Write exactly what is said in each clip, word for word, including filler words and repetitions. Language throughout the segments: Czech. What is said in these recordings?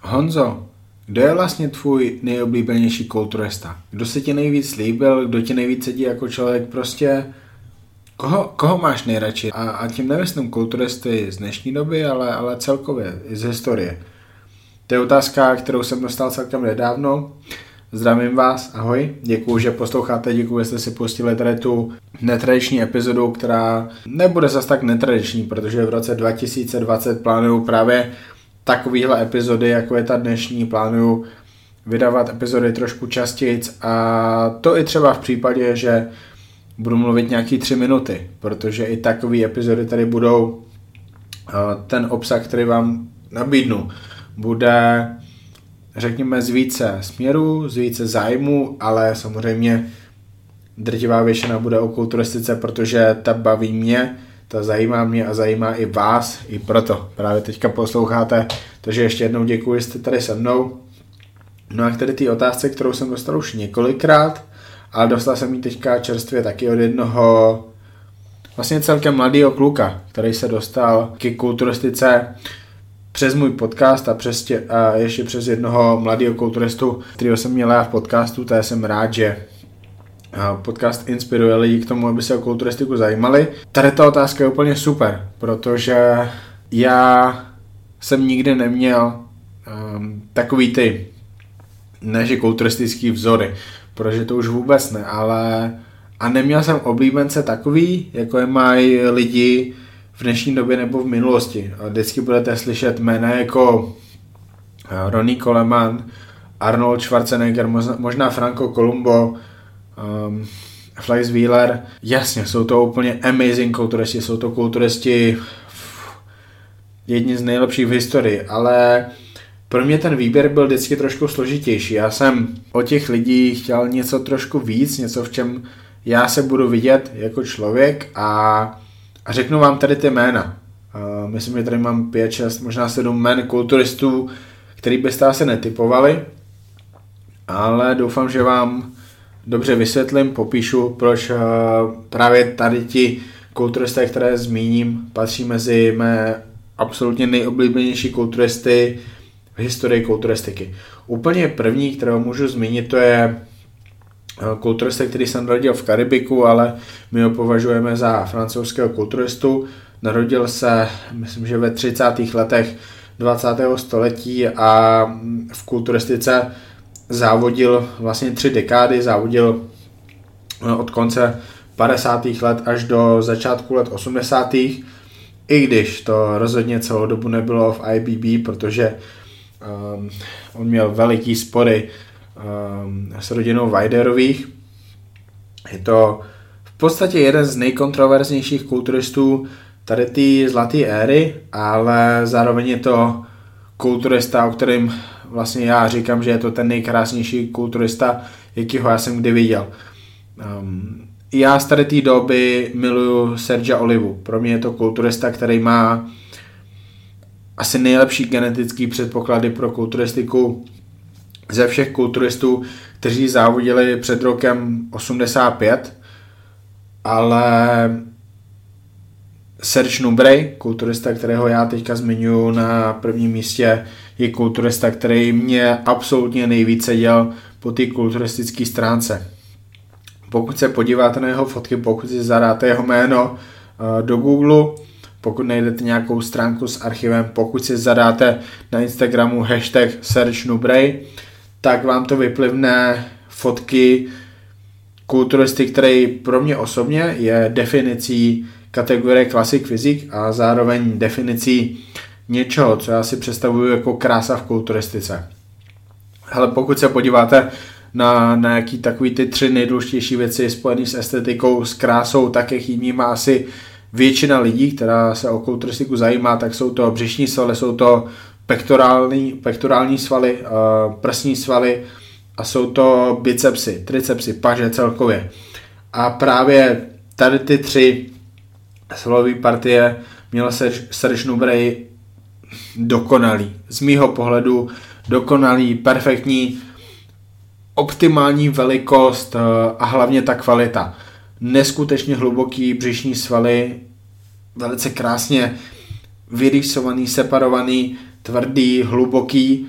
Honzo, kdo je vlastně tvůj nejoblíbenější kulturista? Kdo se ti nejvíc líbil, kdo ti nejvíc sedí jako člověk, prostě koho, koho máš nejradši? A, a tím nemyslím kulturisty z dnešní doby, ale, ale celkově i z historie. To je otázka, kterou jsem dostal celkem nedávno. Zdravím vás, ahoj, děkuju, že posloucháte, děkuju, že jste si pustili tady tu netradiční epizodu, která nebude zas tak netradiční, protože v roce dva tisíce dvacet plánuju právě takovýhle epizody, jako je ta dnešní, plánuju vydávat epizody trošku častěji a to i třeba v případě, že budu mluvit nějaký tři minuty, protože i takové epizody tady budou. Ten obsah, který vám nabídnu, bude řekněme z více směrů, z více zájmu, ale samozřejmě drtivá většina bude o kulturistice, protože ta baví mě, ta zajímá mě a zajímá i vás, i proto právě teďka posloucháte, takže ještě jednou děkuji, že jste tady se mnou. No a k tady té otázce, kterou jsem dostal už několikrát, ale dostal jsem ji teďka čerstvě taky od jednoho vlastně celkem mladého kluka, který se dostal k kulturistice přes můj podcast a, přes tě, a ještě přes jednoho mladého kulturistu, kterého jsem měl já v podcastu, tak jsem rád, že podcast inspiruje lidi k tomu, aby se o kulturistiku zajímali. Tady ta otázka je úplně super, protože já jsem nikdy neměl um, takový ty než kulturistický vzory, protože to už vůbec ne, ale a neměl jsem oblíbence takový, jako je mají lidi v dnešní době nebo v minulosti. Vždycky budete slyšet jména jako Ronnie Coleman, Arnold Schwarzenegger, možná Franco Columbo, um, Flex Wheeler. Jasně, jsou to úplně amazing kulturisti, jsou to kulturisti jedni z nejlepších v historii, ale pro mě ten výběr byl vždycky trošku složitější. Já jsem od těch lidí chtěl něco trošku víc, něco v čem já se budu vidět jako člověk a, a řeknu vám tady ty jména. Uh, myslím, že tady mám pět, šest, možná sedm jmen kulturistů, který byste asi netypovali, ale doufám, že vám dobře vysvětlím, popíšu, proč uh, právě tady ti kulturisté, které zmíním, patří mezi mé absolutně nejoblíbenější kulturisty v historii kulturistiky. Úplně první, kterého můžu zmínit, to je kulturista, který se narodil v Karibiku, ale my ho považujeme za francouzského kulturistu. Narodil se, myslím, že ve třicátých letech dvacátého století a v kulturistice závodil vlastně tři dekády, závodil od konce padesátých let až do začátku let osmdesátých I když to rozhodně celou dobu nebylo v I B B, protože um, on měl veliký spory um, s rodinou Weiderových. Je to v podstatě jeden z nejkontroverznějších kulturistů tady té zlaté éry, ale zároveň je to kulturista, o kterém vlastně já říkám, že je to ten nejkrásnější kulturista, jakýho já jsem kdy viděl. Um, já z tady té doby miluju Sergia Olivu. Pro mě je to kulturista, který má asi nejlepší genetický předpoklady pro kulturistiku ze všech kulturistů, kteří závodili před rokem osmdesát pět, ale Serge Nubret, kulturista, kterého já teďka zmiňuji na prvním místě, je kulturista, který mě absolutně nejvíce děl po té kulturistické stránce. Pokud se podíváte na jeho fotky, pokud si zadáte jeho jméno uh, do Google, pokud najdete nějakou stránku s archivem, pokud si zadáte na Instagramu hashtag Serge Nubret, tak vám to vyplivne fotky kulturisty, který pro mě osobně je definicí kategorie Classic Physique a zároveň definicí něčeho, co já si představuju jako krása v kulturistice. Ale pokud se podíváte na, na jaký takový ty tři nejdůležitější věci spojené s estetikou, s krásou, tak jak jí má asi většina lidí, která se o kulturistiku zajímá, tak jsou to břišní svaly, jsou to pektorální, pektorální svaly, prsní svaly a jsou to bicepsy, tricepsy, paže celkově. A právě tady ty tři svalové partie měl Serge Nubret dokonalý. Z mýho pohledu dokonalý, perfektní, optimální velikost a hlavně ta kvalita. Neskutečně hluboký břišní svaly, velice krásně vyrýsovaný, separovaný, tvrdý, hluboký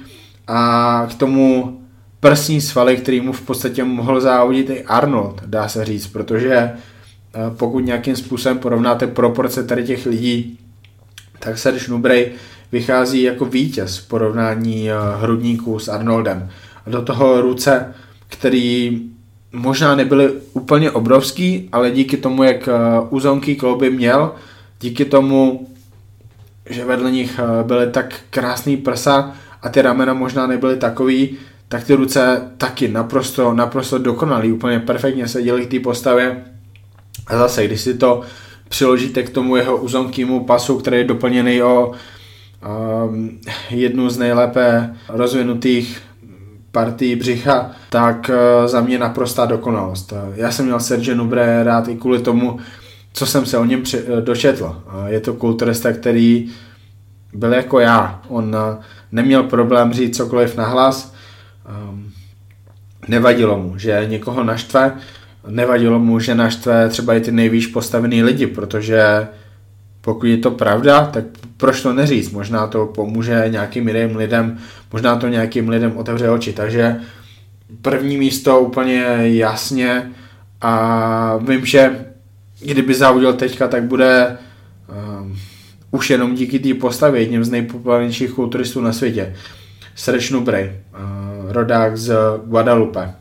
a k tomu prsní svaly, který mu v podstatě mohl závodit i Arnold, dá se říct, protože pokud nějakým způsobem porovnáte proporce tady těch lidí, tak Serge Nubret vychází jako vítěz v porovnání hrudníků s Arnoldem. A do toho ruce, který možná nebyly úplně obrovský, ale díky tomu, jak uzonký klouby měl, díky tomu, že vedle nich byly tak krásný prsa a ty ramena možná nebyly takový, tak ty ruce taky naprosto, naprosto dokonalý, úplně perfektně seděly k té postavě. A zase, když si to přiložíte k tomu jeho uzonkýmu pasu, který je doplněný o um, jednu z nejlépe rozvinutých partií břicha, tak uh, za mě naprostá dokonalost. Já jsem měl Serge Nubret rád i kvůli tomu, co jsem se o něm při, dočetl. Uh, je to kulturista, který byl jako já. On uh, neměl problém říct cokoliv nahlas. Um, nevadilo mu, že někoho naštve, nevadilo mu, že naštve třeba i ty nejvýš postavený lidi, protože pokud je to pravda, tak proč to neříct? Možná to pomůže nějakým jiným lidem, možná to nějakým lidem otevře oči. Takže první místo úplně jasně a vím, že kdyby závodil teďka, tak bude um, už jenom díky té postavě jedním z nejpopulárnějších kulturistů na světě. Serge Nubret, uh, rodák z Guadalupe.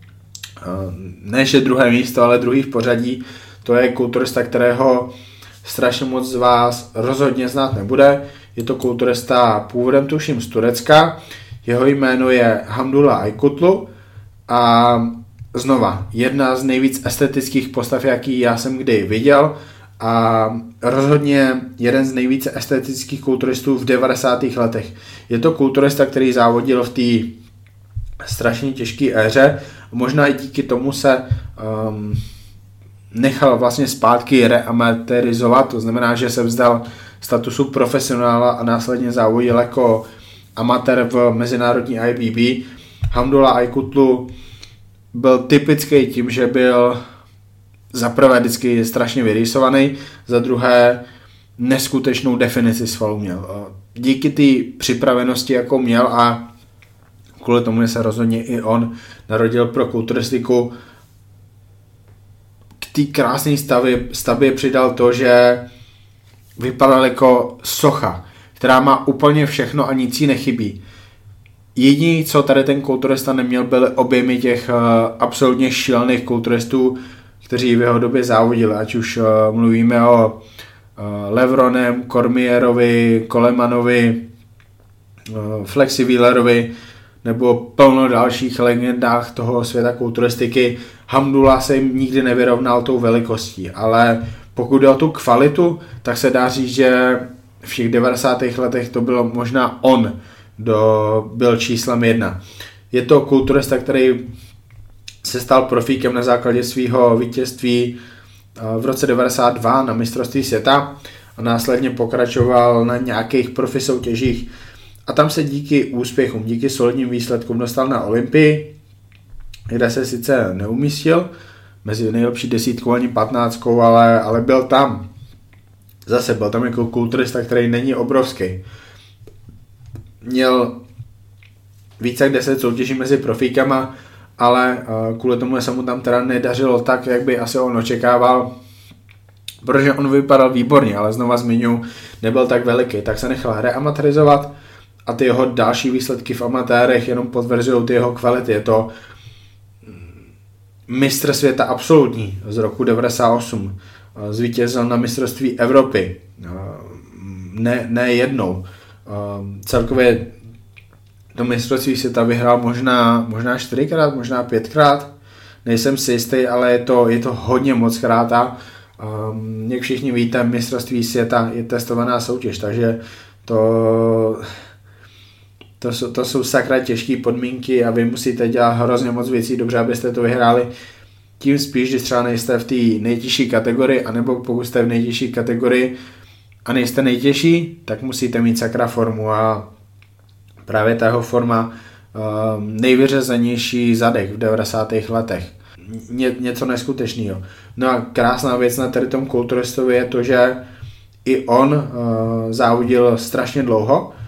Ne, že druhé místo, ale druhý v pořadí, to je kulturista, kterého strašně moc z vás rozhodně znát nebude. Je to kulturista původem tuším z Turecka, jeho jméno je Hamdullah Aykutlu a znova, jedna z nejvíc estetických postav, jaký já jsem kdy viděl a rozhodně jeden z nejvíce estetických kulturistů v devadesátých letech. Je to kulturista, který závodil v té strašně těžké éře. Možná i díky tomu se um, nechal vlastně zpátky reamatérizovat, to znamená, že se vzdal statusu profesionála a následně závodil jako amatér v mezinárodní I B B. Hamdullah Aykutlu byl typický tím, že byl za prvé vždycky strašně vyrýsovaný, za druhé neskutečnou definici svalů měl. Díky té připravenosti, jakou měl a kvůli tomu se rozhodně i on narodil pro kulturistiku. K té krásné stavě, stavbě přidal to, že vypadal jako socha, která má úplně všechno a nic jí nechybí. Jediný, co tady ten kulturista neměl, byly objemy těch uh, absolutně šílených kulturistů, kteří v jeho době závodili, ať už uh, mluvíme o uh, Levronem, Cormierovi, Colemanovi, uh, Flexi Wheelerovi, nebo plno dalších legendách toho světa kulturistiky. Hamdullah se jim nikdy nevyrovnal tou velikostí, ale pokud jde o tu kvalitu, tak se dá říct, že v těch devadesátých letech to bylo možná on, kdo byl číslem jedna. Je to kulturista, který se stal profíkem na základě svého vítězství v roce devadesát dva na mistrovství světa a následně pokračoval na nějakých profi soutěžích a tam se díky úspěchům, díky solidním výsledkům dostal na Olympii, kde se sice neumístil mezi nejlepší desítkou ani patnáctkou, ale, ale byl tam. Zase byl tam jako kulturista, který není obrovský. Měl více jak deset soutěží mezi profíkama, ale uh, kvůli tomu se mu tam teda nedařilo tak, jak by asi on očekával, protože on vypadal výborně, ale znova zmiňuji, nebyl tak veliký, tak se nechal reamatérizovat a ty jeho další výsledky v amatérech jenom potvrzují ty jeho kvality. Je to mistr světa absolutní z roku devadesát osm, zvítězil na mistrovství Evropy, ne, ne jednou. Celkově do mistrovství světa vyhrál možná, možná čtyřikrát, možná pětkrát, nejsem si jistý, ale je to, je to hodně moc krát a um, jak všichni víte, mistrovství světa je testovaná soutěž, takže to, to, jsou, to jsou sakra těžké podmínky a vy musíte dělat hrozně moc věcí dobře, abyste to vyhráli. Tím spíš, když třeba nejste v té nejtěžší kategorii, anebo pokud jste v nejtěžší kategorii a nejste nejtěžší, tak musíte mít sakra formu a právě ta jeho forma uh, nejvyřazenější zadek v devadesátých letech. Ně, něco neskutečného. No a krásná věc na tady tom kulturistovi je to, že i on uh, závodil strašně dlouho.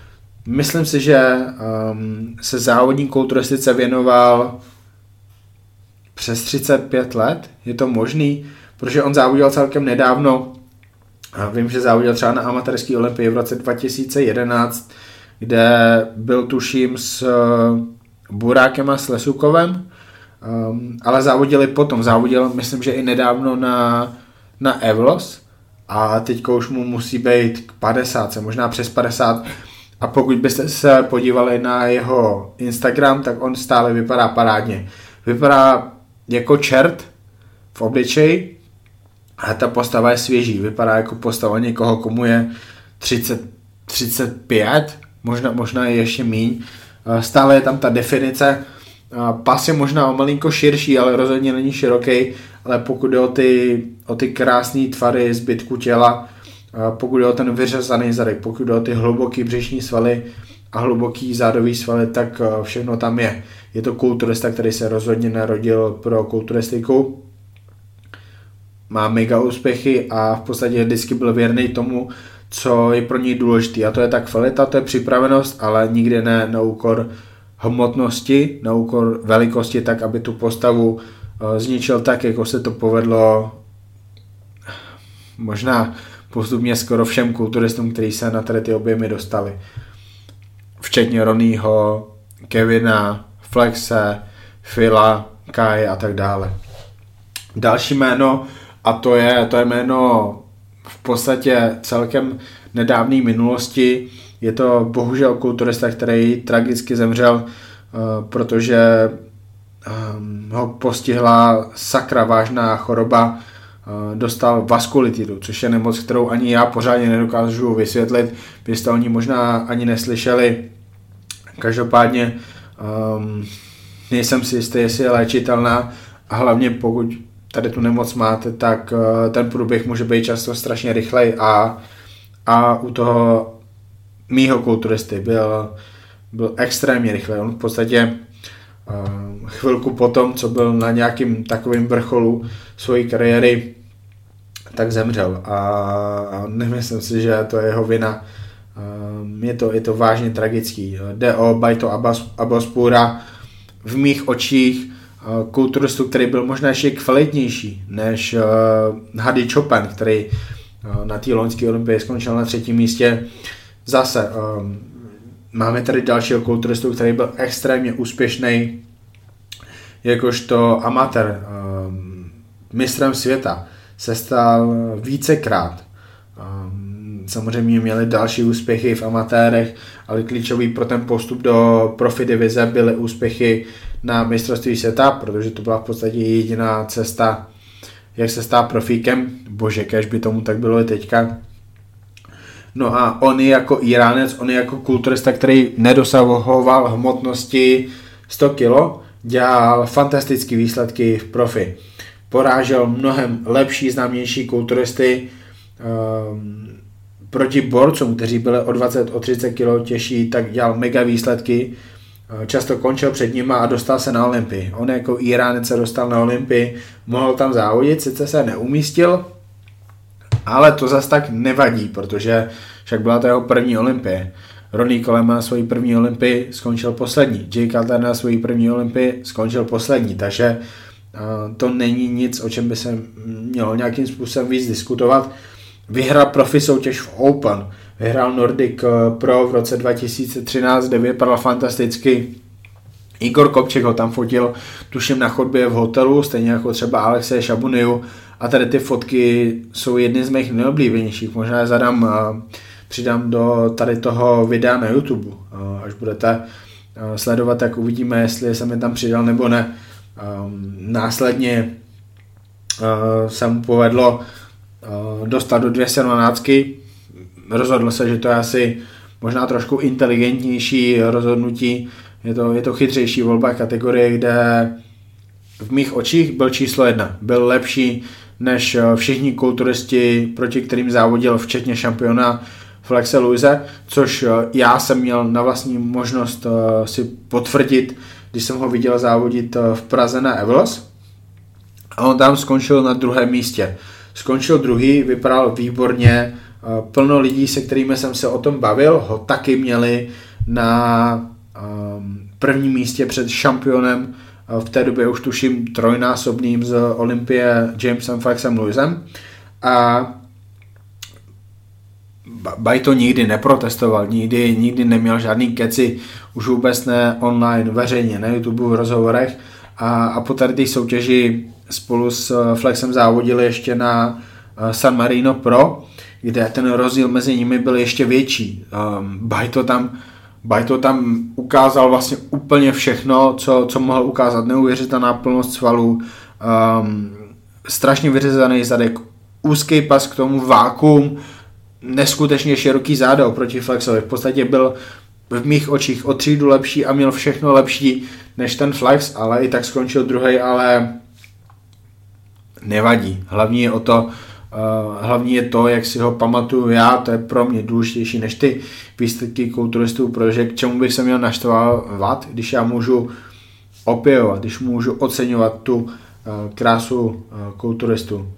myslím si, že um, se závodní kulturistice věnoval přes třicet pět let, je to možný, protože on závodil celkem nedávno. Vím, že závodil třeba na amatérské olympii v roce dva tisíce jedenáct, kde byl tuším s Burákem a s Lesukovem, um, ale závodili potom. Závodil, myslím, že i nedávno na, na Evlos a teďka už mu musí být k padesát, možná přes padesát. A pokud byste se podívali na jeho Instagram, tak on stále vypadá parádně. Vypadá jako čert v obličeji, a ta postava je svěží, vypadá jako postava někoho, komu je třicet, třicet pět, možná, možná je ještě míň. Stále je tam ta definice, pas je možná o malinko širší, ale rozhodně není široký, ale pokud jde o ty, o ty krásné tvary zbytku těla, pokud jde o ten vyřezaný zadek, pokud jde o ty hluboký břišní svaly a hluboký zádový svaly, tak všechno tam je. Je to kulturista, který se rozhodně narodil pro kulturistiku. Má mega úspěchy a v podstatě vždycky byl věrný tomu, co je pro něj důležitý. A to je ta kvalita, to je připravenost, ale nikdy ne na úkor hmotnosti, na úkor velikosti, tak aby tu postavu zničil tak, jako se to povedlo možná postupně skoro všem kulturistům, kteří se na tady ty objemy dostali. Včetně Ronnieho, Kevina, Flexe, Phila, Kai a tak dále. Další jméno, a to je, to je jméno v podstatě celkem nedávné minulosti, je to bohužel kulturista, který tragicky zemřel, protože ho postihla sakra vážná choroba, dostal vaskulitidu, což je nemoc, kterou ani já pořádně nedokážu vysvětlit, byste o ní možná ani neslyšeli. Každopádně um, nejsem si jistý, jestli je léčitelná a hlavně pokud tady tu nemoc máte, tak uh, ten průběh může být často strašně rychlej a, a u toho mýho kulturisty byl, byl extrémně rychlej. On v podstatě uh, chvilku potom, co byl na nějakým takovým vrcholu svojí kariéry, tak zemřel a, a nemyslím si, že to je jeho vina. Uh, je, to, je to vážně tragický. Jde o Baito Abbas, Abbaspura, v mých očích uh, kulturistu, který byl možná ještě kvalitnější než uh, Hadi Choopan, který uh, na té loňské olympii skončil na třetím místě. Zase um, máme tady dalšího kulturistu, který byl extrémně úspěšný jakožto amatér, um, mistrem světa, se stal vícekrát. Um, samozřejmě měli další úspěchy v amatérech, ale klíčový pro ten postup do profi divize byly úspěchy na mistrovství světa, protože to byla v podstatě jediná cesta, jak se stát profíkem. Bože, kež by tomu tak bylo i teďka. No a on je jako Iránec, on je jako kulturista, který nedosahoval hmotnosti sto kilo, dělal fantastické výsledky v profi. Porážel mnohem lepší, známější kulturisty um, proti borcům, kteří byli o dvacet, o třicet kilo těžší, tak dělal mega výsledky. Často končil před nima a dostal se na Olympii. On jako Iránec se dostal na Olympii, mohl tam závodit, sice se neumístil, ale to zas tak nevadí, protože však byla to jeho první olympie. Ronnie Coleman na svojí první olympii skončil poslední. Jay Cutler na svojí první olympii skončil poslední, takže uh, to není nic, o čem by se mělo nějakým způsobem víc diskutovat. Vyhrál profi soutěž v Open, vyhrál Nordic Pro v roce dva tisíce třináct, kde vypadal fantasticky. Igor Kopček ho tam fotil, tuším na chodbě v hotelu, stejně jako třeba Alexej Šabuniu, a tady ty fotky jsou jedny z mých nejoblíbenějších. Možná je zadám, přidám do tady toho videa na YouTube. Až budete sledovat, tak uvidíme, jestli jsem je tam přidal nebo ne. Následně se mu povedlo dostat do dvě stě dvanáct. Rozhodl se, že to je asi možná trošku inteligentnější rozhodnutí. Je to, je to chytřejší volba kategorie, kde v mých očích byl číslo jedna. Byl lepší než všichni kulturisti, proti kterým závodil, včetně šampiona Flexe Luise, což já jsem měl na vlastní možnost si potvrdit, když jsem ho viděl závodit v Praze na Evlos. A on tam skončil na druhém místě. Skončil druhý, vypadal výborně, plno lidí, se kterými jsem se o tom bavil, ho taky měli na um, prvním místě před šampionem, v té době už tuším trojnásobným z Olympie Jamesem Flexem Lewisem. A Bajto nikdy neprotestoval, nikdy, nikdy neměl žádný keci, už vůbec ne online, veřejně, na YouTube, v rozhovorech. A, a po tady té soutěži spolu s Flexem závodili ještě na San Marino Pro, kde ten rozdíl mezi nimi byl ještě větší. Um, Bajto tam, Bajto tam ukázal vlastně úplně všechno, co, co mohl ukázat. Neuvěřitelná plnost svalů, um, strašně vyřezaný zadek, úzký pas k tomu, vákuum, neskutečně široký záda oproti Flexovi. V podstatě byl v mých očích o třídu lepší a měl všechno lepší než ten Flex, ale i tak skončil druhý, ale nevadí. Hlavní je o to, uh, hlavní je to, jak si ho pamatuju já, to je pro mě důležitější než ty výsledky kulturistů, protože k čemu bych se měl naštvávat, když já můžu opěvovat, když můžu oceňovat tu uh, krásu uh, kulturistů.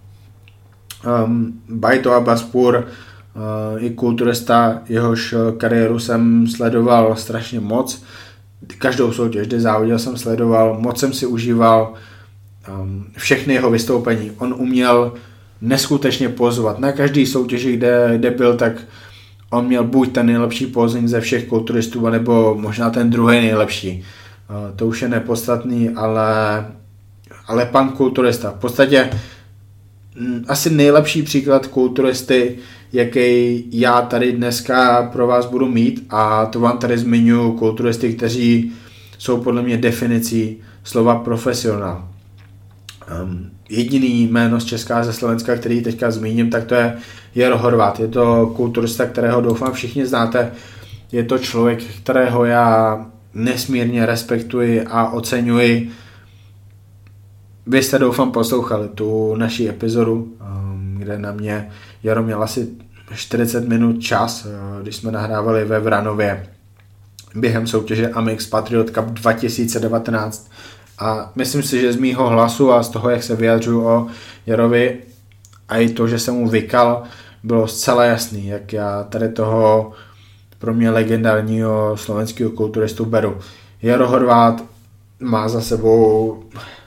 Um, Bajto Abbaspur, Uh, i kulturista, jehož kariéru jsem sledoval strašně moc. Každou soutěž, kde závodil, jsem sledoval, moc jsem si užíval um, všechny jeho vystoupení. On uměl neskutečně pozovat. Na každý soutěži, kde, kde byl, tak on měl buď ten nejlepší posing ze všech kulturistů, nebo možná ten druhý nejlepší. Uh, to už je nepodstatný, ale, ale pan kulturista. V podstatě m, asi nejlepší příklad kulturisty, jaký já tady dneska pro vás budu mít, a to vám tady zmiňuji kulturisty, kteří jsou podle mě definicí slova profesionál. Um, jediný jméno z Česka a ze Slovenska, který teďka zmíním, tak to je Jaro Horvát. Je to kulturista, kterého doufám všichni znáte. Je to člověk, kterého já nesmírně respektuji a oceňuji. Vy jste doufám poslouchali tu naši epizodu, um, kde na mě Jaro měl asi čtyřicet minut čas, když jsme nahrávali ve Vranově během soutěže Amex Patriot Cup dva tisíce devatenáct. A myslím si, že z mýho hlasu a z toho, jak se vyjadřuju o Jarovi, a i to, že jsem mu vykal, bylo zcela jasný, jak já tady toho pro mě legendárního slovenského kulturistu beru. Jaro Horvát má za sebou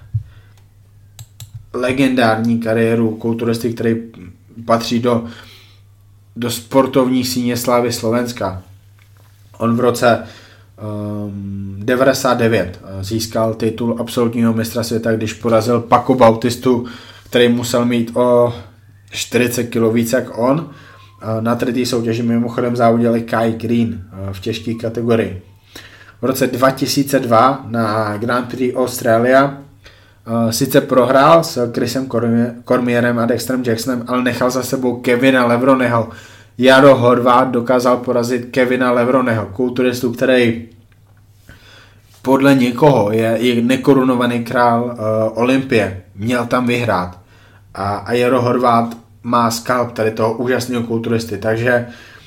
legendární kariéru kulturisty, který patří do, do sportovní síně slávy Slovenska. On v roce um, devadesát devět získal titul absolutního mistra světa, když porazil Paco Bautistu, který musel mít o čtyřicet kilo víc jak on. Na třetí soutěži mimochodem závodil Kai Green v těžké kategorii. V roce dva tisíce dva na Grand Prix Australia sice prohrál s Chrisem Cormierem a Dexterem Jacksonem, ale nechal za sebou Kevina Levroneho. Jaro Horvát dokázal porazit Kevina Levroneho, kulturistu, který podle někoho je, je nekorunovaný král uh, Olympie. Měl tam vyhrát. A, a Jaro Horvát má skalp tady toho úžasného kulturisty, takže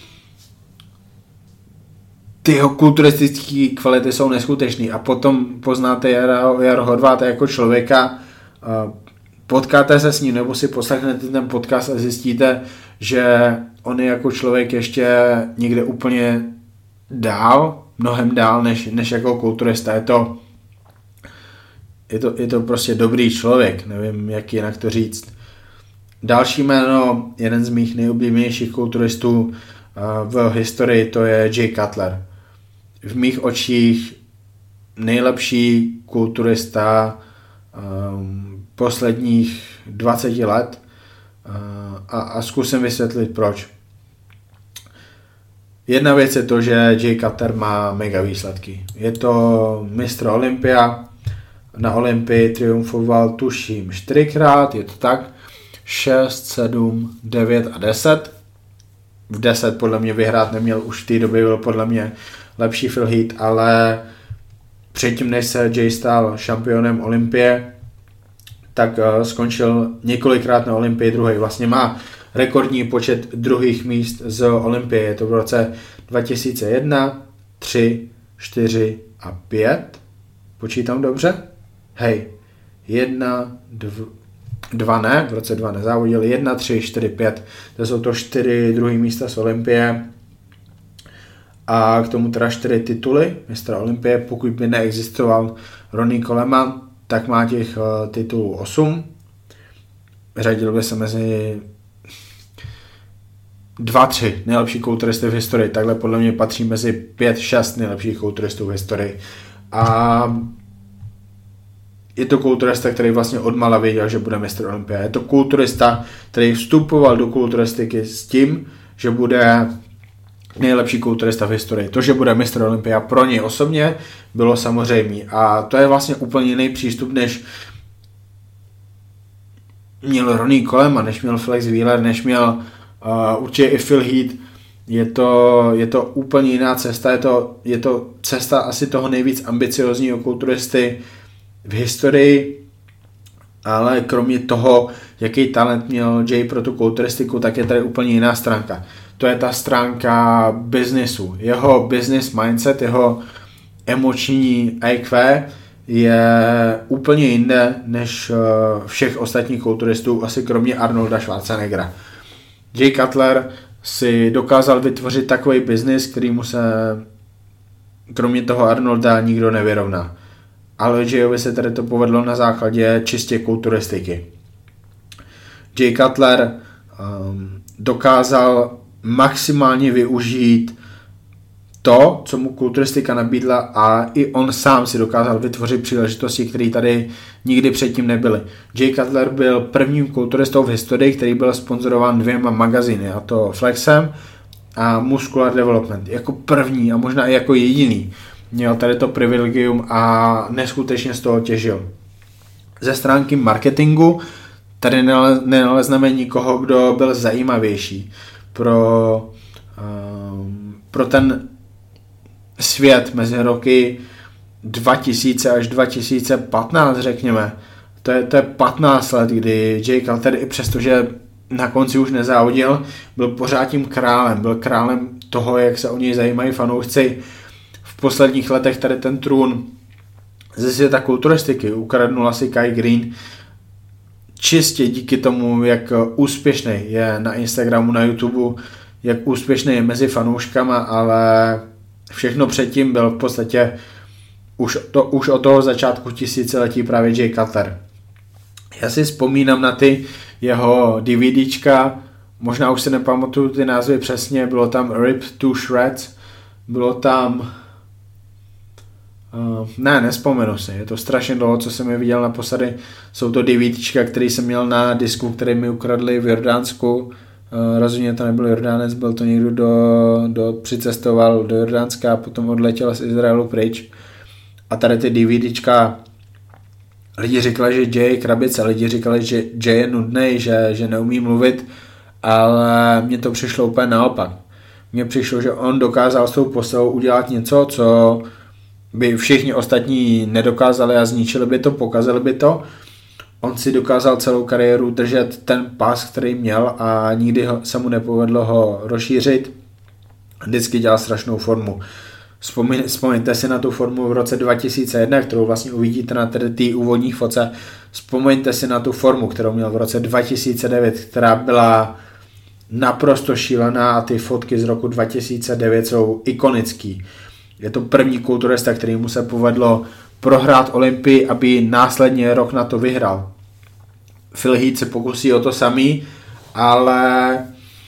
ty jeho kulturistické kvality jsou neskutečný. A potom poznáte Jaro, Jaro Horváta jako člověka, potkáte se s ním nebo si poslechnete ten podcast a zjistíte, že on je jako člověk ještě někde úplně dál, mnohem dál než, než jako kulturista. Je to, je, to, je to prostě dobrý člověk, nevím, jak jinak to říct. Další jméno, jeden z mých nejoblíbenějších kulturistů v historii, to je Jay Cutler. V mých očích nejlepší kulturista um, posledních dvacet let uh, a, a zkusím vysvětlit proč. Jedna věc je to, že Jay Cutler má mega výsledky. Je to mistr Olympia, na Olympii triumfoval tuším čtyřikrát, je to tak, šest, sedm, devět a deset. V deset podle mě vyhrát neměl, už v té době byl podle mě lepší Phil Heath, ale předtím, než se Jay stal šampionem Olympie, tak uh, skončil několikrát na Olympii druhý. Vlastně má rekordní počet druhých míst z Olympie. Je to v roce dva tisíce jedna, tři, čtyři a pět. Počítám dobře? Hej, jedna, dva, dva ne, v roce dva nezávodil, jedna, tři, čtyři, pět. To jsou to čtyři druhý místa z Olympie. a k tomu teda čtyři tituly mistra Olympie. Pokud by neexistoval Ronnie Coleman, tak má těch uh, titulů osm. Řadil by se mezi dva, tři nejlepší kulturisty v historii. Takhle podle mě patří mezi pět, šest nejlepších kulturistů v historii. A je to kulturista, který vlastně odmala věděl, že bude mistr Olympia. Je to kulturista, který vstupoval do kulturistiky s tím, že bude nejlepší kulturista v historii. To, že bude mistr Olympia, pro něj osobně bylo samozřejmé. A to je vlastně úplně jiný přístup, než měl Ronnie Coleman, než měl Flex Wheeler, než měl uh, určitě i Phil Heath. Je to, je to úplně jiná cesta. Je to, je to cesta asi toho nejvíc ambiciozního kulturisty v historii, ale kromě toho, jaký talent měl Jay pro tu kulturistiku, tak je tady úplně jiná stránka. To je ta stránka biznesu. Jeho business mindset, jeho emoční I Q je úplně jinde než všech ostatních kulturistů, asi kromě Arnolda Schwarzeneggera. Jay Cutler si dokázal vytvořit takový biznis, kterýmu se kromě toho Arnolda nikdo nevyrovná. Ale Jayovi se tady to povedlo na základě čistě kulturistiky. Jay Cutler um, dokázal maximálně využít to, co mu kulturistika nabídla, a i on sám si dokázal vytvořit příležitosti, které tady nikdy předtím nebyly. Jay Cutler byl prvním kulturistou v historii, který byl sponzorován dvěma magazíny, a to Flexem a Muscular Development. Jako první a možná i jako jediný měl tady to privilegium a neskutečně z toho těžil. Ze stránky marketingu tady nenalezneme nikoho, kdo byl zajímavější pro, um, pro ten svět mezi roky dva tisíce až dva tisíce patnáct, řekněme. To je, to je patnáct let, kdy Jay Cutler, i přestože na konci už nezávodil, byl pořád tím králem. Byl králem toho, jak se o něj zajímají fanoušci. V posledních letech tady ten trůn ze světa kulturistiky ukradnul asi Kai Green, čistě díky tomu, jak úspěšný je na Instagramu, na YouTube, jak úspěšný je mezi fanouškama, ale všechno předtím byl v podstatě už, to, už od toho začátku tisíciletí právě Jay Cutler. Já si vzpomínám na ty jeho DVDčka, možná už si nepamatuju ty názvy přesně, bylo tam Ripped to Shreds, bylo tam Uh, ne, nespomenu si, je to strašně dlouho, co jsem je viděl naposledy. Jsou to DVDčka, který jsem měl na disku, který mi ukradli v Jordánsku. Uh, rozhodně to nebyl Jordánec, byl to někdo, do, do přicestoval do Jordánska a potom odletěl z Izraelu pryč. A tady ty DVDčka, lidi říkali, že Jay je krabice, lidi říkali, že Jay je nudnej, že, že neumí mluvit, ale mně to přišlo úplně naopak. Mně přišlo, že on dokázal s tou postavou udělat něco, co by všichni ostatní nedokázali a zničili by to, pokazili by to. On si dokázal celou kariéru držet ten pas, který měl, a nikdy ho, se mu nepovedlo ho rozšířit. Vždycky dělal strašnou formu. Vzpomín, vzpomeňte si na tu formu v roce dva tisíce jedna, kterou vlastně uvidíte na té úvodní fotce. Vzpomeňte si na tu formu, kterou měl v roce dva tisíce devět, která byla naprosto šílená, a ty fotky z roku dva tisíce devět jsou ikonický. Je to první kulturista, kterýmu se povedlo prohrát Olympii, aby následně rok na to vyhrál. Phil Heath se pokusí o to samý, ale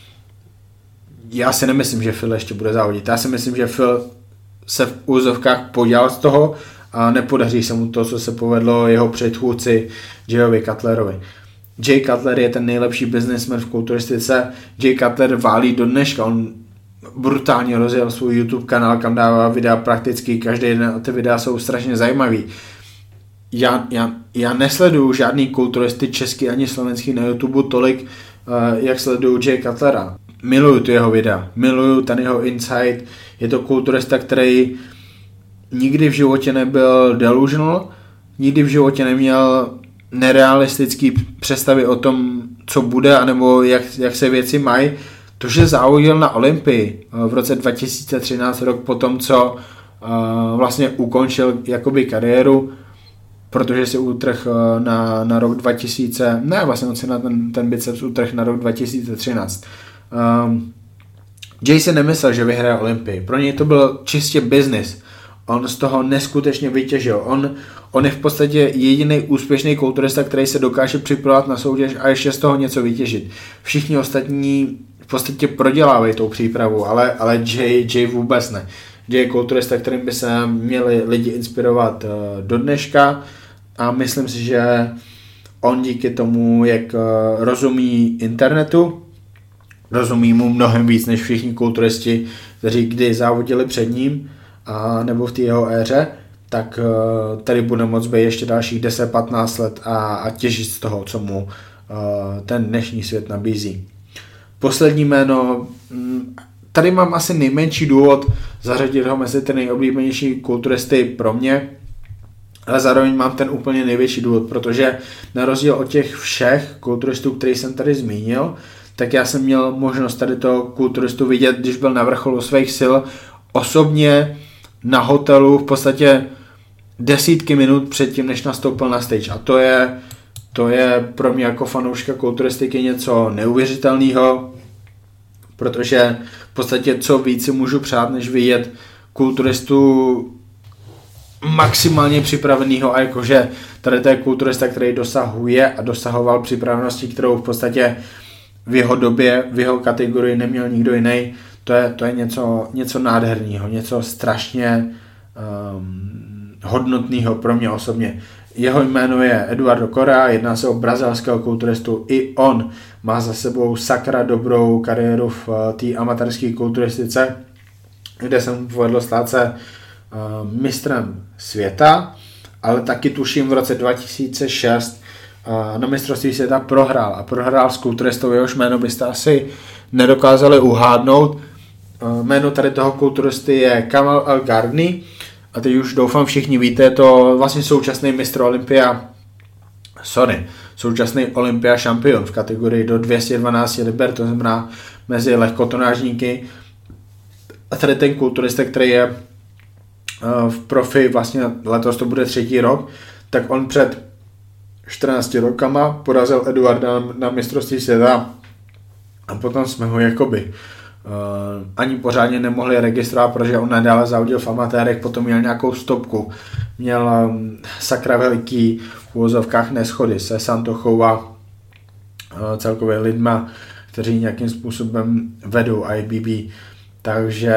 já si nemyslím, že Phil ještě bude závodit. Já si myslím, že Phil se v úzovkách podělal z toho a nepodaří se mu to, co se povedlo jeho předchůdci Jayovi Cutlerovi. Jay Cutler je ten nejlepší businessman v kulturistice. Jay Cutler válí do dneška. On brutálně rozjel svůj YouTube kanál, kam dává videa prakticky každý den, a ty videa jsou strašně zajímavý. Já, já, já nesleduju žádný kulturisty český ani slovenský na YouTube tolik, uh, jak sleduju Jay Cutlera. Miluju tu jeho videa, miluju ten jeho insight. Je to kulturista, který nikdy v životě nebyl delusional, nikdy v životě neměl nerealistický představy o tom, co bude, anebo jak, jak se věci mají. To, že závodil na Olympii v roce dva tisíce třináct, rok po tom, co uh, vlastně ukončil jakoby kariéru, protože si utrh uh, na, na rok dva tisíce, ne, vlastně on si na ten, ten biceps utrh na rok dva tisíce třináct. Um, Jay si nemyslel, že vyhraje Olympii. Pro něj to byl čistě business. On z toho neskutečně vytěžil. On, on je v podstatě jediný úspěšný kulturista, který se dokáže připravovat na soutěž a ještě z toho něco vytěžit. Všichni ostatní v podstatě prodělávají tou přípravu, ale, ale Jay, Jay vůbec ne. Jay je kulturista, kterým by se měli lidi inspirovat do dneška a myslím si, že on díky tomu, jak rozumí internetu, rozumí mu mnohem víc než všichni kulturisti, kteří kdy závodili před ním, a nebo v té jeho éře, tak uh, tady bude moct být ještě dalších deset patnáct let a, a těžit z toho, co mu uh, ten dnešní svět nabízí. Poslední jméno, tady mám asi nejmenší důvod zařadit ho mezi ty nejoblíbenější kulturisty pro mě, ale zároveň mám ten úplně největší důvod, protože na rozdíl od těch všech kulturistů, který jsem tady zmínil, tak já jsem měl možnost tady toho kulturistu vidět, když byl na vrcholu svých sil, osobně na hotelu v podstatě desítky minut předtím, než nastoupil na stage. A to je, to je pro mě jako fanouška kulturistiky něco neuvěřitelného, protože v podstatě co víc si můžu přát, než vidět kulturistu maximálně připravenýho a jakože tady to je kulturista, který dosahuje a dosahoval připravenosti, kterou v podstatě v jeho době, v jeho kategorii neměl nikdo jiný. To je, to je něco, něco nádherného, něco strašně um, hodnotného pro mě osobně. Jeho jméno je Eduardo Correa, jedná se o brazilského kulturistu. I on má za sebou sakra dobrou kariéru v té amatérské kulturistice, kde se mu povedlo stát se uh, mistrem světa, ale taky tuším v roce dva tisíce šest uh, na mistrovství světa prohrál. A prohrál s kulturistou, jehož jméno byste asi nedokázali uhádnout. Jméno tady toho kulturisty je Kamal El Gardni a teď už doufám všichni víte, je to vlastně současný mistr Olympia, sorry, současný Olympia šampion v kategorii do dvě stě dvanáct liber, to znamená mezi lehkotonážníky. A tady ten kulturista, který je v profi, vlastně letos to bude třetí rok, tak on před čtrnácti rokama porazil Eduarda na mistrovství světa a potom jsme ho jakoby Uh, ani pořádně nemohli registrovat, protože on nadále závodil v amatérech, potom měl nějakou stopku, měl um, sakra veliký v úvozovkách neschody se Santochou a uh, celkově lidma, kteří nějakým způsobem vedou I B B, takže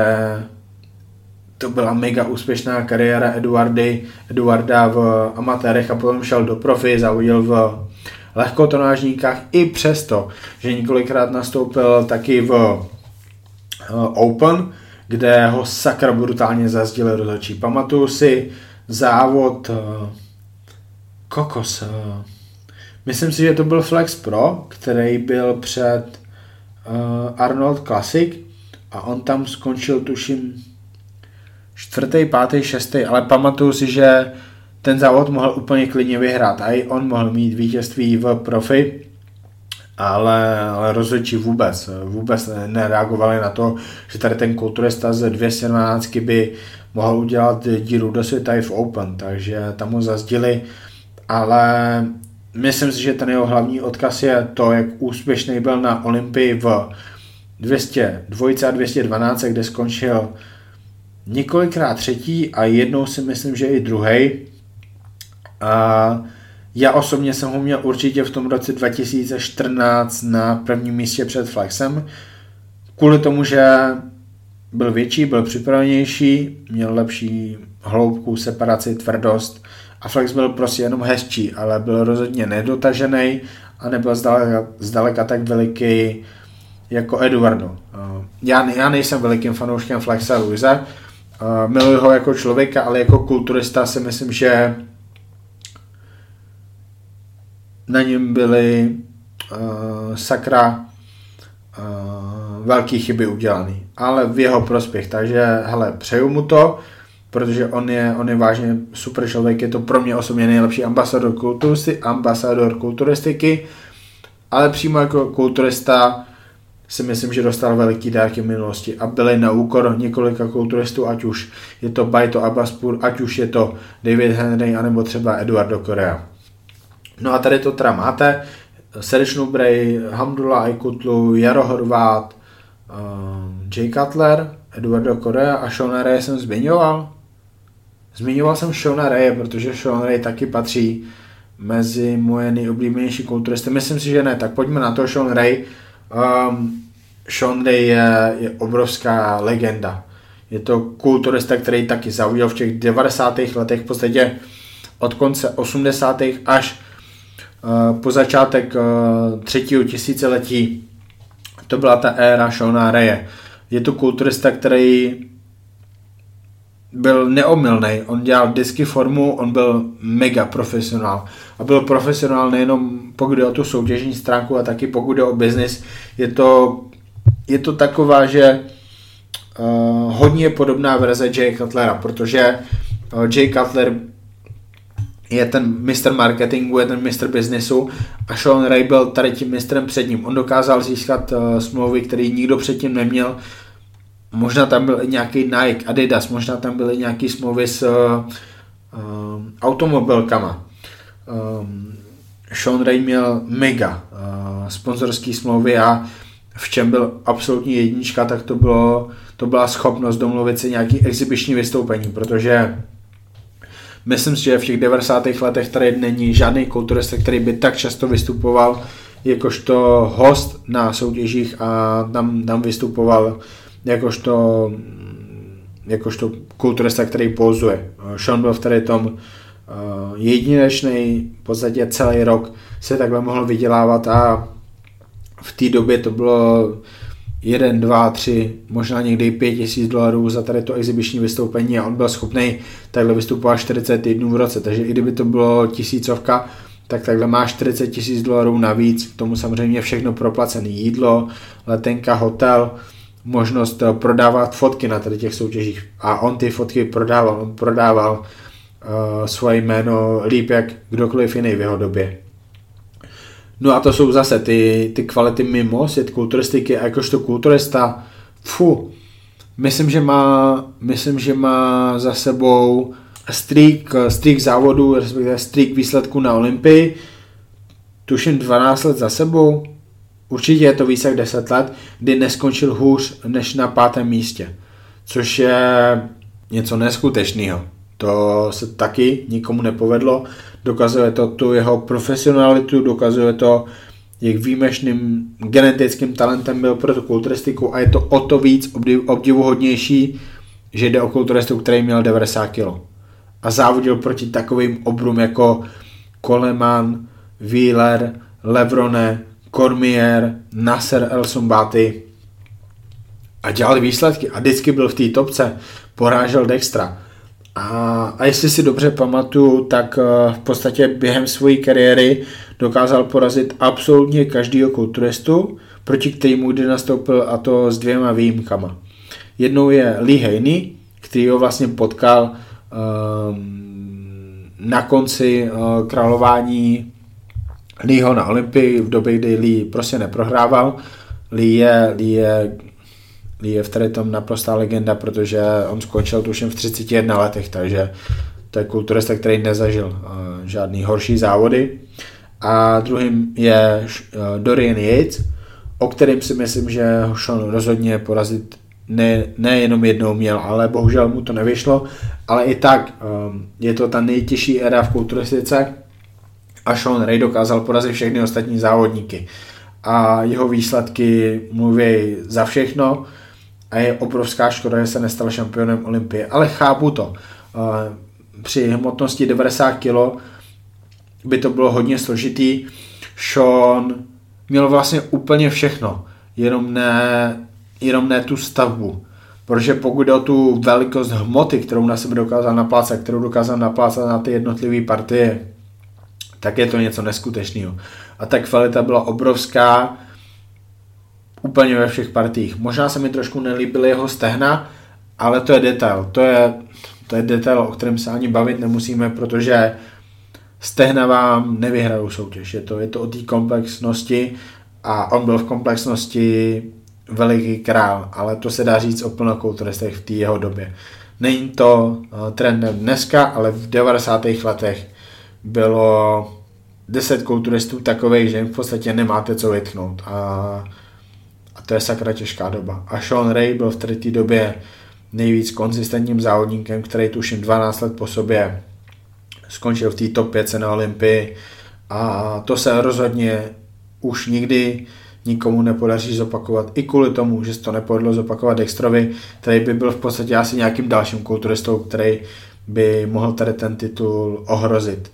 to byla mega úspěšná kariéra Eduardy, Eduarda v amatérech a potom šel do profi, závodil v lehkotonážníkách i přesto, že několikrát nastoupil taky v Open, kde ho sakra brutálně zazdili rozhodčí. Pamatuju si závod uh, kokos. Uh, myslím si, že to byl Flex Pro, který byl před uh, Arnold Classic a on tam skončil tuším čtvrtý, pátý, šestý, ale pamatuju si, že ten závod mohl úplně klidně vyhrát a i on mohl mít vítězství v profi, ale, ale rozhodčí vůbec, vůbec nereagovali na to, že tady ten kulturista z dvě stě dvanáct by mohl udělat díru do světa i v Open, takže tam ho zazdili, ale myslím si, že ten jeho hlavní odkaz je to, jak úspěšný byl na Olympii v dvě stě dva a dvě stě dvanáct, kde skončil několikrát třetí a jednou si myslím, že i druhý. A já osobně jsem ho měl určitě v tom roce dva tisíce čtrnáct na prvním místě před Flexem, kvůli tomu, že byl větší, byl připravenější, měl lepší hloubku, separaci, tvrdost a Flex byl prostě jenom hezčí, ale byl rozhodně nedotažený a nebyl zdaleka, zdaleka tak veliký jako Eduardo. Já, já nejsem velikým fanouškem Flexa Luise, miluji ho jako člověka, ale jako kulturista si myslím, že na něm byly uh, sakra uh, velký chyby udělané, ale v jeho prospěch, takže hele, přeju mu to, protože on je, on je vážně super člověk, je to pro mě osobně nejlepší ambasador, kulturisty, ambasador kulturistiky, ale přímo jako kulturista si myslím, že dostal veliký dárky v minulosti a byly na úkor několika kulturistů, ať už je to Baito Abaspur, ať už je to David Henry, anebo třeba Eduardo Correa. No a tady to teda máte, Serge Nubrej, Hamdullah Aykutlu, Jaro Horvát, Jay Cutler, Eduardo Correa a Seana Raye jsem zmiňoval. Zmiňoval jsem Seana Raye, protože Sean Ray taky patří mezi moje nejoblíbenější kulturisty. Myslím si, že ne, tak pojďme na to. Sean Ray. Um, Sean Ray je, je obrovská legenda. Je to kulturista, který taky zaujal v těch devadesátých letech, v podstatě od konce osmdesátých až uh, po začátek uh, třetího tisíciletí. To byla ta éra Seana Raye. Je to kulturista, který byl neomylný. On dělal vždycky formu, on byl mega profesionál. A byl profesionál nejenom pokud jde o tu soutěžní stránku, a taky pokud jde o biznis. Je to, je to taková, že uh, hodně podobná verze Jay Cutlera, protože uh, Jay Cutler je ten mistr marketingu, je ten mistr biznesu a Sean Ray byl tady tím mistrem před ním. On dokázal získat uh, smlouvy, které nikdo předtím neměl. Možná tam byl i nějaký Nike, Adidas, možná tam byly nějaký smlouvy s uh, uh, automobilkama. Um, Sean Ray měl mega uh, sponzorský smlouvy a v čem byl absolutní jednička, tak to, bylo, to byla schopnost domluvit si nějaký exibiční vystoupení, protože myslím si, že v těch devadesátých letech tady není žádný kulturista, který by tak často vystupoval jakožto host na soutěžích a tam, tam vystupoval jakožto, jakožto kulturista, který pózuje. Sean byl v tady tom uh, jedinečný, v podstatě celý rok se takhle mohl vydělávat a v té době to bylo jeden, dva, tři, možná někdy pět tisíc dolarů za tady to exibiční vystoupení a on byl schopný takhle vystupovat čtyřicet týdnů v roce, takže i kdyby to bylo tisícovka, tak takhle má čtyřicet tisíc dolarů navíc, k tomu samozřejmě všechno proplacené jídlo, letenka, hotel, možnost prodávat fotky na tady těch soutěžích a on ty fotky prodával, on prodával uh, svoje jméno líp jak kdokoliv jiný v jeho době. No a to jsou zase ty, ty kvality mimo svět kulturistiky a jakožto kulturista, fu, myslím, že má, myslím, že má za sebou streak, streak závodu, respektive streak výsledku na Olympii, tuším dvanáct let za sebou, určitě je to více jak deset let, kdy neskončil hůř než na pátém místě, což je něco neskutečného. To se taky nikomu nepovedlo, dokazuje to tu jeho profesionalitu, dokazuje to, jak výjimečným genetickým talentem byl pro tu kulturistiku a je to o to víc obdivuhodnější, že jde o kulturistu, který měl devadesát kilogramů a závodil proti takovým obrům jako Coleman, Wheeler, Levrone, Cormier, Nasser El Sombati a dělal výsledky a vždycky byl v té topce, porážel Dextra. A, a jestli si dobře pamatuju, tak v podstatě během své kariéry dokázal porazit absolutně každýho kulturistu, proti kterému kdy nastoupil, a to s dvěma výjimkama. Jednou je Lee Haney, který ho vlastně potkal um, na konci uh, králování Leeho na Olympii, v době, kdy Lee prostě neprohrával. Lee je, Lee je Lee je v tady tom naprostá legenda, protože on skončil tuším v třiceti jedné letech, takže to je kulturista, který nezažil uh, žádný horší závody. A druhým je uh, Dorian Yates, o kterém si myslím, že ho Sean rozhodně porazit ne, nejenom jednou měl, ale bohužel mu to nevyšlo. Ale i tak um, je to ta nejtěžší éra v kulturistice a Sean Ray dokázal porazit všechny ostatní závodníky. A jeho výsledky mluví za všechno. A je obrovská škoda, že se nestal šampionem Olympie. Ale chápu to. Při hmotnosti devadesát kilogramů by to bylo hodně složitý. Sean měl vlastně úplně všechno, jenom ne, jenom ne tu stavbu. Protože pokud jde o tu velikost hmoty, kterou na sebe dokázal naplácat, kterou dokázal naplácat na ty jednotlivé partie, tak je to něco neskutečného. A ta kvalita byla obrovská, úplně ve všech partiích. Možná se mi trošku nelíbily jeho stehna, ale to je detail. To je, to je detail, o kterém se ani bavit nemusíme, protože stehna vám nevyhrajou soutěž. Je to, je to o té komplexnosti a on byl v komplexnosti veliký král, ale to se dá říct o plnokulturistech v té jeho době. Není to uh, trendem dneska, ale v devadesátých letech bylo deset kulturistů takových, že jim v podstatě nemáte co vytknout. A A to je sakra těžká doba. A Sean Ray byl v té době nejvíc konzistentním závodníkem, který tuším dvanáct let po sobě skončil v té top pět na Olympii. A to se rozhodně už nikdy nikomu nepodaří zopakovat. I kvůli tomu, že se to nepovedlo zopakovat Dextrovi, který by byl v podstatě asi nějakým dalším kulturistou, který by mohl tady ten titul ohrozit.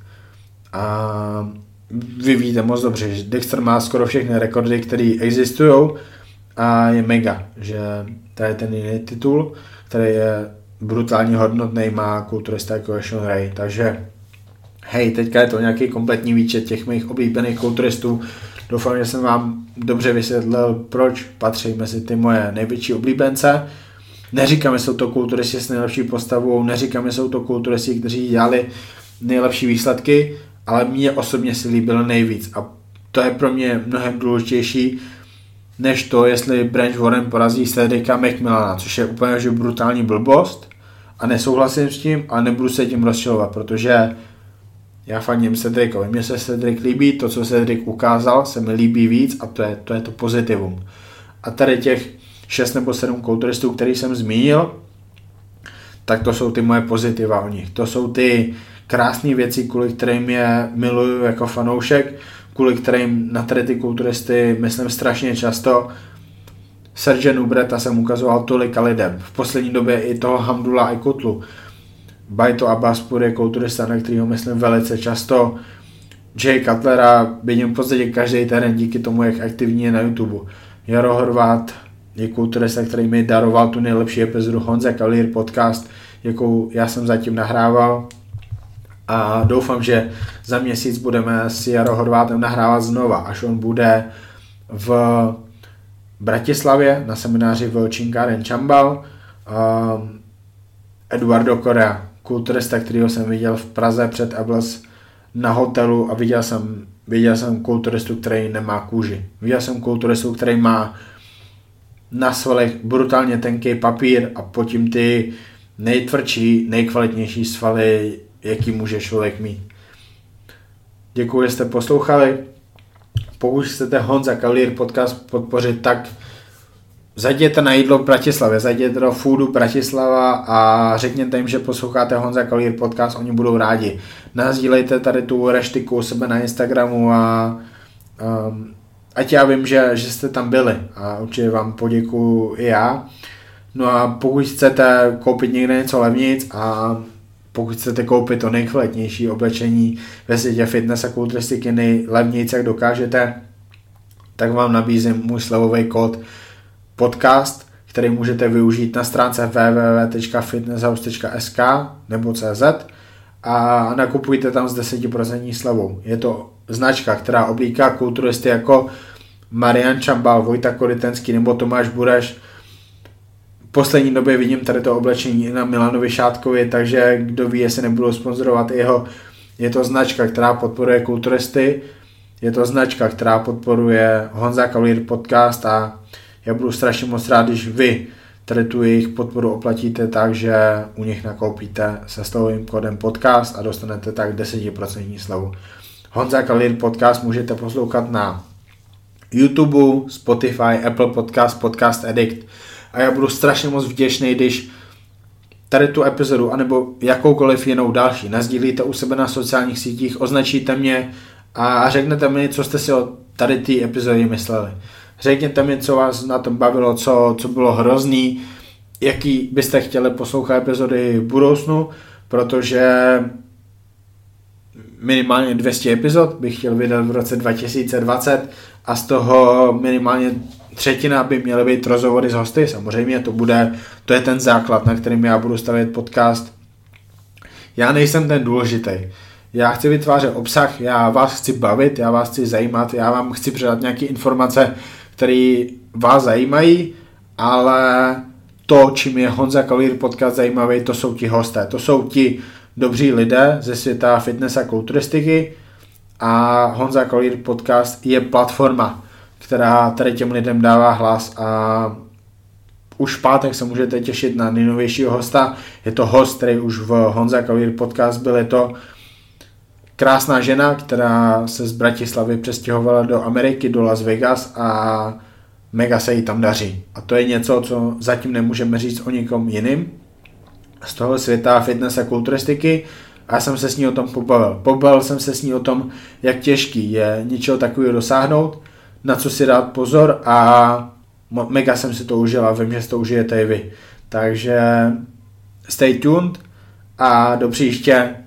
A vy víte moc dobře, že Dexter má skoro všechny rekordy, které existují a je mega, že tady ten jiný titul, který je brutálně hodnotný, má kulturista jako je Sean Ray. Takže hej, teďka je to nějaký kompletní výčet těch mých oblíbených kulturistů. Doufám, že jsem vám dobře vysvětlil, proč patří mezi ty moje největší oblíbence. Neříkám, že jsou to kulturisti s nejlepší postavou, neříkám, že jsou to kulturisti, kteří dělali nejlepší výsledky, ale mě osobně si líbil nejvíc. A to je pro mě mnohem důležitější, než to, jestli Branch Warren porazí Cedrika McMillana, což je úplně že brutální blbost a nesouhlasím s tím, ale nebudu se tím rozčilovat, protože já fandím Cedricovi. Mně se Cedric líbí, to, co Cedric ukázal, se mi líbí víc a to je to, je to pozitivum. A tady těch šest nebo sedm kulturistů, který jsem zmínil, tak to jsou ty moje pozitiva o nich. To jsou ty krásné věci, kvůli kterým je miluju jako fanoušek, kvůli kterým na tady ty kulturisty myslím strašně často. Serge Nubreta jsem ukazoval tolika lidem. V poslední době i toho Hamdula a Kutlu. Baito Abbaspur je kulturista, na kterýho myslím velice často. Jay Cutlera vidím v podstatě každý terén díky tomu, jak aktivní je na YouTube. Jaro Horvát je kulturista, který mi daroval tu nejlepší epizodu Honza Cavalier podcast, jakou já jsem zatím nahrával. A doufám, že za měsíc budeme s Jaro Horvátem nahrávat znova, až on bude v Bratislavě na semináři v Činkáren Čambal. Um, Eduardo Correa, kulturista, kterýho jsem viděl v Praze před Ables na hotelu a viděl jsem, viděl jsem kulturistu, který nemá kůži. Viděl jsem kulturistu, který má na svalech brutálně tenký papír a pod tím ty nejtvrdší, nejkvalitnější svaly, jaký může člověk mít. Děkuji, že jste poslouchali. Pokud chcete Honza Cavalier podcast podpořit, tak zajděte na jídlo v Bratislavě, zajděte do Foodu Bratislava a řekněte jim, že posloucháte Honza Cavalier podcast, oni budou rádi. Nazdílejte tady tu reštiku u sebe na Instagramu a um, ať já vím, že, že jste tam byli a určitě vám poděkuju i já. No a pokud chcete koupit někde něco levnic a pokud chcete koupit to nejkvalitnější oblečení ve světě fitness a kulturistiky nejlevnějc, jak dokážete, tak vám nabízím můj slevový kód podcast, který můžete využít na stránce w w w tečka fitnesshouse tečka s k nebo cz a nakupujte tam s deset procent slevou. Je to značka, která oblíká kulturisty jako Marian Čambal, Vojta Korytenský nebo Tomáš Bureš. V poslední době vidím tady to oblečení i na Milanovi Šátkovi, takže kdo ví, jestli nebudou sponzorovat jeho. Je to značka, která podporuje kulturisty, je to značka, která podporuje Honza Cavalier podcast a já budu strašně moc rád, když vy tady tu jejich podporu oplatíte tak, že u nich nakoupíte se slovovým kódem podcast a dostanete tak deset procent slevu. Honza Cavalier podcast můžete poslouchat na YouTube, Spotify, Apple Podcast, Podcast Addict a já budu strašně moc vděčný, když tady tu epizodu anebo jakoukoliv jinou další nasdílíte u sebe na sociálních sítích, označíte mě a řeknete mi, co jste si o tady té epizodě mysleli. Řekněte mi, co vás na tom bavilo, co, co bylo hrozný, jaký byste chtěli poslouchat epizody v budoucnu, protože minimálně dvě stě epizod bych chtěl vydat v roce dva tisíce dvacet a z toho minimálně třetina by měly být rozhovory s hosty. Samozřejmě to bude, to je ten základ, na kterým já budu stavět podcast. Já nejsem ten důležitý. Já chci vytvářet obsah, já vás chci bavit, já vás chci zajímat, já vám chci předat nějaké informace, které vás zajímají, ale to, čím je Honza Cavalier podcast zajímavý, to jsou ti hosté, to jsou ti dobří lidé ze světa fitness a kulturistiky a Honza Cavalier podcast je platforma, která tady těm lidem dává hlas a už v pátek se můžete těšit na nejnovějšího hosta. Je to host, který už v Honza Cavalier podcast byl, je to krásná žena, která se z Bratislavy přestěhovala do Ameriky, do Las Vegas a mega se jí tam daří. A to je něco, co zatím nemůžeme říct o nikom jiným z toho světa fitness a kulturistiky. A já jsem se s ní o tom pobavil. Pobavil jsem se s ní o tom, jak těžký je něčeho takového dosáhnout, na co si dát pozor a mega jsem si to užil a vím, že si to užijete i vy. Takže stay tuned a do příště.